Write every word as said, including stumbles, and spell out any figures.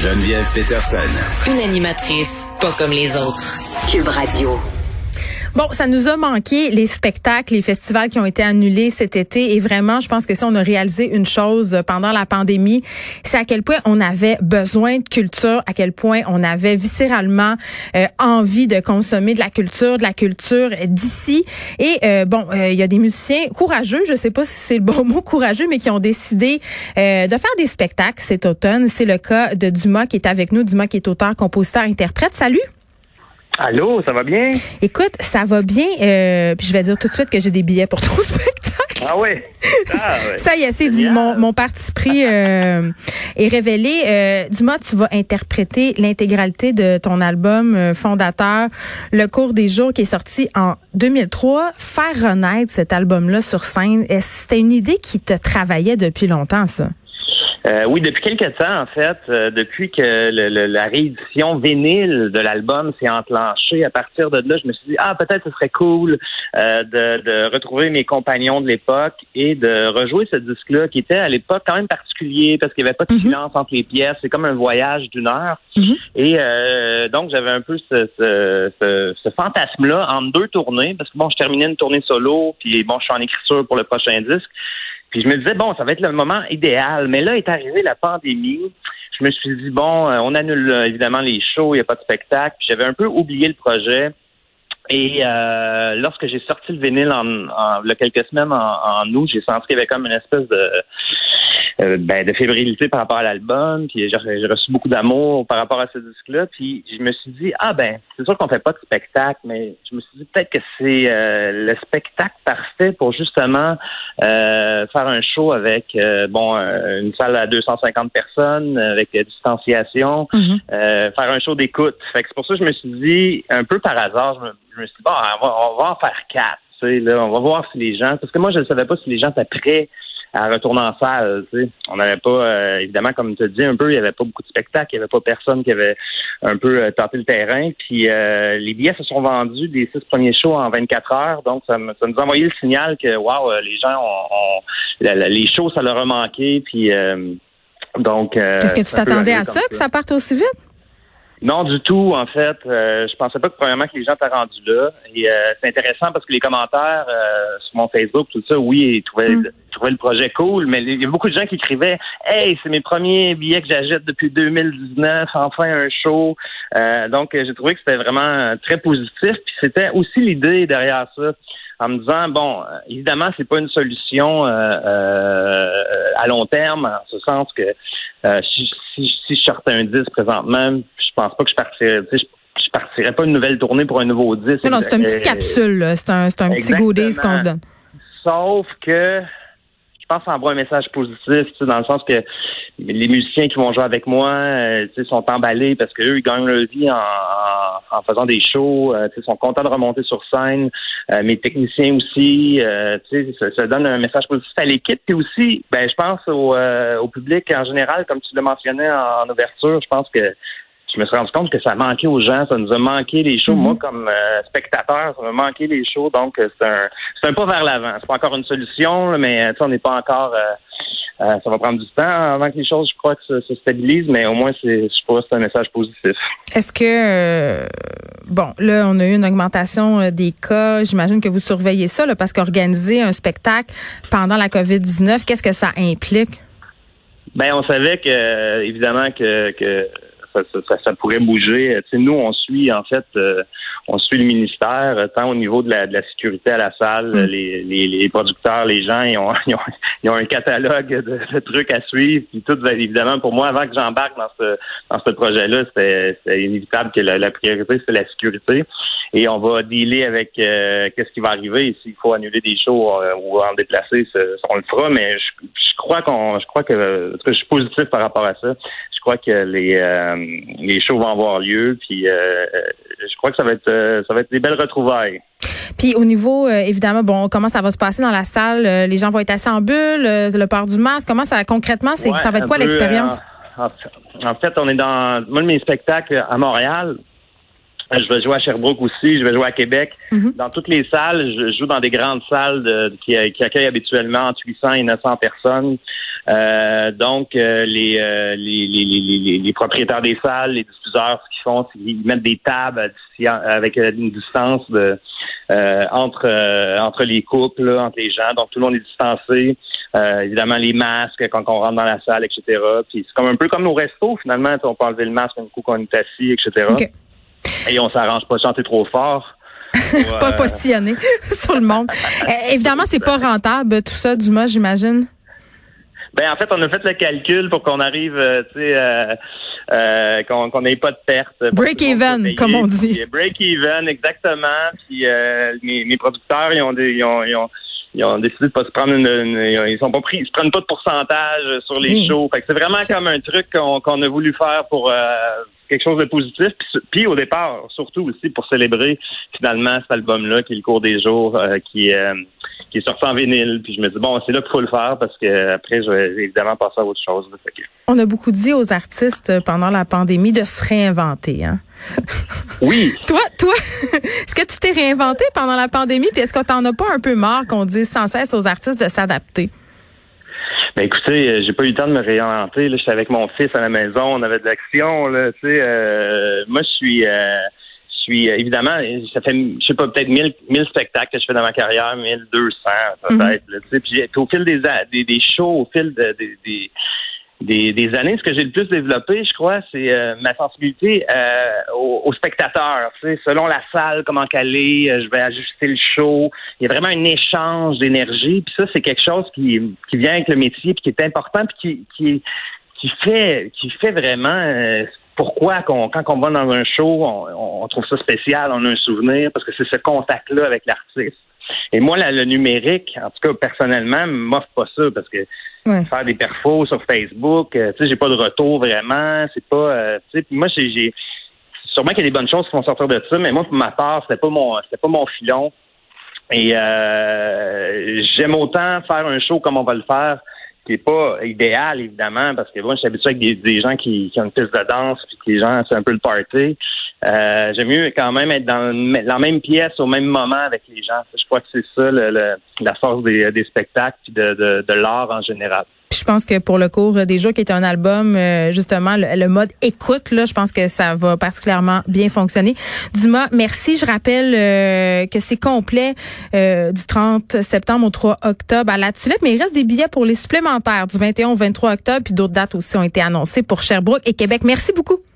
Geneviève Peterson. Une animatrice pas comme les autres. Cube Radio. Bon, ça nous a manqué, les spectacles, les festivals qui ont été annulés cet été. Et vraiment, je pense que si on a réalisé une chose pendant la pandémie, c'est à quel point on avait besoin de culture, à quel point on avait viscéralement euh, envie de consommer de la culture, de la culture d'ici. Et euh, bon, il euh, y a des musiciens courageux, je sais pas si c'est le bon mot courageux, mais qui ont décidé euh, de faire des spectacles cet automne. C'est le cas de Dumas qui est avec nous. Dumas qui est auteur, compositeur, interprète. Salut! Allô, ça va bien? Écoute, ça va bien. Euh, puis je vais dire tout de suite que j'ai des billets pour ton spectacle. Ah oui? Ah, ouais. Ça y est, c'est dit. Mon, mon parti pris euh, est révélé. Euh, Dumas, tu vas interpréter l'intégralité de ton album euh, fondateur, Le cours des jours, qui est sorti en deux mille trois. Faire renaître cet album-là sur scène, c'était une idée qui te travaillait depuis longtemps, ça? Euh, oui, depuis quelques temps, en fait, euh, depuis que le, le, la réédition vinyle de l'album s'est enclenchée, à partir de là, je me suis dit, ah, peut-être ce serait cool euh, de, de retrouver mes compagnons de l'époque et de rejouer ce disque-là, qui était à l'époque quand même particulier, parce qu'il n'y avait pas de mm-hmm. silence entre les pièces. C'est comme un voyage d'une heure. Mm-hmm. Et euh, donc, j'avais un peu ce, ce, ce, ce fantasme-là entre deux tournées, parce que bon, je terminais une tournée solo, puis bon, je suis en écriture pour le prochain disque. Puis je me disais, bon, ça va être le moment idéal. Mais là est arrivée la pandémie. Je me suis dit, bon, on annule évidemment les shows, il n'y a pas de spectacle. Puis j'avais un peu oublié le projet. Et euh, lorsque j'ai sorti le vinyle en, en il y a quelques semaines en, en août, j'ai senti qu'il y avait comme une espèce de euh, ben, de fébrilité par rapport à l'album. Puis j'ai, j'ai reçu beaucoup d'amour par rapport à ce disque-là. Puis je me suis dit, ah ben, c'est sûr qu'on fait pas de spectacle, mais je me suis dit peut-être que c'est euh, le spectacle parfait pour justement euh, faire un show avec euh, bon euh, une salle à deux cent cinquante personnes, avec la distanciation, mm-hmm. euh, faire un show d'écoute. Fait que c'est pour ça que je me suis dit, un peu par hasard, je me Je me suis dit, bon, on va, on va en faire quatre, tu sais, là, on va voir si les gens, parce que moi, je ne savais pas si les gens étaient prêts à retourner en salle, tu sais. On n'avait pas, euh, évidemment, comme tu as dit un peu, il n'y avait pas beaucoup de spectacles, il n'y avait pas personne qui avait un peu euh, tenté le terrain, puis euh, les billets se sont vendus des six premiers shows en vingt-quatre heures, donc ça, me, ça nous a envoyé le signal que, waouh, les gens ont, ont la, la, les shows, ça leur a manqué, puis euh, donc... Euh, Est-ce que tu t'attendais à ça, ça, que ça parte aussi vite? Non, du tout, en fait. Euh, je pensais pas que, premièrement, que les gens étaient rendus là. Et euh, c'est intéressant parce que les commentaires euh, sur mon Facebook, tout ça, oui, ils trouvaient, mm. ils trouvaient le projet cool, mais il y a beaucoup de gens qui écrivaient « Hey, c'est mes premiers billets que j'achète depuis deux mille dix-neuf, enfin un show. Euh, » Donc, j'ai trouvé que c'était vraiment très positif. Puis c'était aussi l'idée derrière ça, en me disant, bon, évidemment, c'est pas une solution euh, euh, à long terme, en ce sens que euh, si, si, si je sortais un disque présentement, je pense pas que je partirais, tu sais, je, je partirais pas une nouvelle tournée pour un nouveau disque. Non, non, c'est une petite capsule, là. C'est un, c'est un petit goodies qu'on se donne. Sauf que je pense que ça envoie un message positif, tu sais, dans le sens que les musiciens qui vont jouer avec moi, euh, tu sais, sont emballés parce qu'eux, ils gagnent leur vie en, en, en faisant des shows, euh, tu sais, sont contents de remonter sur scène. Euh, mes techniciens aussi, euh, tu sais, ça, ça donne un message positif à l'équipe. Puis aussi, ben, je pense au, euh, au public en général, comme tu le mentionnais en, en ouverture, je pense que je me suis rendu compte que ça manquait aux gens, ça nous a manqué les shows. Mm-hmm. Moi, comme euh, spectateur, ça m'a manqué les shows, donc euh, c'est un c'est un pas vers l'avant. C'est pas encore une solution, là, mais on n'est pas encore... Euh, euh, ça va prendre du temps avant que les choses, je crois, que se, se stabilisent, mais au moins, c'est, je crois que c'est un message positif. Est-ce que... Euh, bon, là, on a eu une augmentation euh, des cas. J'imagine que vous surveillez ça, là, parce qu'organiser un spectacle pendant la covid dix-neuf, qu'est-ce que ça implique? Ben, on savait que, euh, évidemment, que... que Ça, ça, ça pourrait bouger. Tu sais, nous, on suit, en fait, euh, on suit le ministère, tant au niveau de la, de la sécurité à la salle, mm. les, les, les producteurs, les gens, ils ont, ils ont, ils ont un catalogue de, de trucs à suivre. Puis tout, évidemment, pour moi, avant que j'embarque dans ce, dans ce projet-là, c'était, c'était inévitable que la, la priorité, c'est la sécurité. Et on va dealer avec euh, qu'est-ce qui va arriver. Et s'il faut annuler des shows euh, ou en déplacer, on le fera. Mais je, je crois qu'on, je crois que, en tout cas, je suis positif par rapport à ça. Je crois que les euh, les shows vont avoir lieu, puis euh, je crois que ça va être euh, ça va être des belles retrouvailles. Puis au niveau, euh, évidemment, bon, comment ça va se passer dans la salle? Euh, les gens vont être assis en bulle, euh, le port du masque, comment ça, concrètement, c'est ouais, ça va être quoi peu, l'expérience? Euh, en, en fait, on est dans, moi, de mes spectacles à Montréal, je vais jouer à Sherbrooke aussi, je vais jouer à Québec. Mm-hmm. Dans toutes les salles, je joue dans des grandes salles de, qui, qui accueillent habituellement entre huit cents et neuf cents personnes. Euh, donc, euh, les, euh, les, les, les, les propriétaires des salles, les diffuseurs, ce qu'ils font, c'est qu'ils mettent des tables avec une distance de euh, entre euh, entre les couples, là, entre les gens. Donc, tout le monde est distancé. Euh, évidemment, les masques quand on rentre dans la salle, et cetera. Puis c'est comme un peu comme nos restos, finalement. On peut enlever le masque un coup qu'on est assis, et cetera. Okay. Et on s'arrange pas de chanter trop fort. Pour, pas euh... postillonner sur le monde. euh, évidemment, c'est pas rentable, tout ça, Dumas, j'imagine. Ben en fait, on a fait le calcul pour qu'on arrive, euh, tu sais, euh, euh, qu'on qu'on n'ait pas de perte. Break even, comme on dit. Puis, break even, exactement. Puis euh, mes, mes producteurs, ils ont des, ils ont, ils ont, ils ont décidé de pas se prendre une, une ils sont pas pris, ils se prennent pas de pourcentage sur les mmh. shows. Fait que c'est vraiment comme un truc qu'on, qu'on a voulu faire pour euh, quelque chose de positif. Puis, puis au départ, surtout aussi pour célébrer finalement cet album-là qui est Le Cours des jours, euh, qui est euh, qui est sorti en vinyle. Puis je me dis, bon, c'est là qu'il faut le faire parce que après, je vais évidemment passer à autre chose. Là, que... On a beaucoup dit aux artistes pendant la pandémie de se réinventer, hein? Oui. toi, toi, est-ce que tu t'es réinventé pendant la pandémie? Puis est-ce que t'en as pas un peu marre qu'on dise sans cesse aux artistes de s'adapter? Ben écoutez, j'ai pas eu le temps de me réinventer. Là, j'étais avec mon fils à la maison, on avait de l'action. Là, tu sais, euh, moi, je suis... Euh, Je suis euh, évidemment, ça fait, je sais pas, peut-être mille, mille spectacles que je fais dans ma carrière, mille deux cents peut-être. Mm-hmm. Là, puis au fil des, des des shows, au fil de, des, des des des années, ce que j'ai le plus développé, je crois, c'est euh, ma sensibilité euh, aux, aux spectateurs. Tu sais, selon la salle, comment qu'elle est, je vais ajuster le show. Il y a vraiment un échange d'énergie. Puis ça, c'est quelque chose qui qui vient avec le métier, puis qui est important, puis qui qui qui fait qui fait vraiment euh, pourquoi qu'on, quand on va dans un show, on, on trouve ça spécial, on a un souvenir, parce que c'est ce contact-là avec l'artiste. Et moi, là, le numérique, en tout cas, personnellement, m'offre pas ça, parce que ouais. faire des perfos sur Facebook, euh, tu sais, j'ai pas de retour vraiment, c'est pas, euh, tu sais, moi, j'ai, j'ai, sûrement qu'il y a des bonnes choses qui vont sortir de ça, mais moi, pour ma part, c'était pas mon, c'était pas mon filon. Et euh, j'aime autant faire un show comme on va le faire, qui est pas idéal, évidemment, parce que moi, je suis habitué avec des, des gens qui, qui ont une piste de danse, puis que les gens, c'est un peu le party. Euh, j'aime mieux quand même être dans la même pièce au même moment avec les gens. Je crois que c'est ça le, le, la force des, des spectacles et de, de, de l'art en général. Je pense que pour le Cours des jours, qui est un album, euh, justement, le, le mode écoute, là, je pense que ça va particulièrement bien fonctionner. Dumas, merci. Je rappelle euh, que c'est complet euh, du trente septembre au trois octobre à la Tulipe, mais il reste des billets pour les supplémentaires du vingt et un au vingt-trois octobre, puis d'autres dates aussi ont été annoncées pour Sherbrooke et Québec. Merci beaucoup.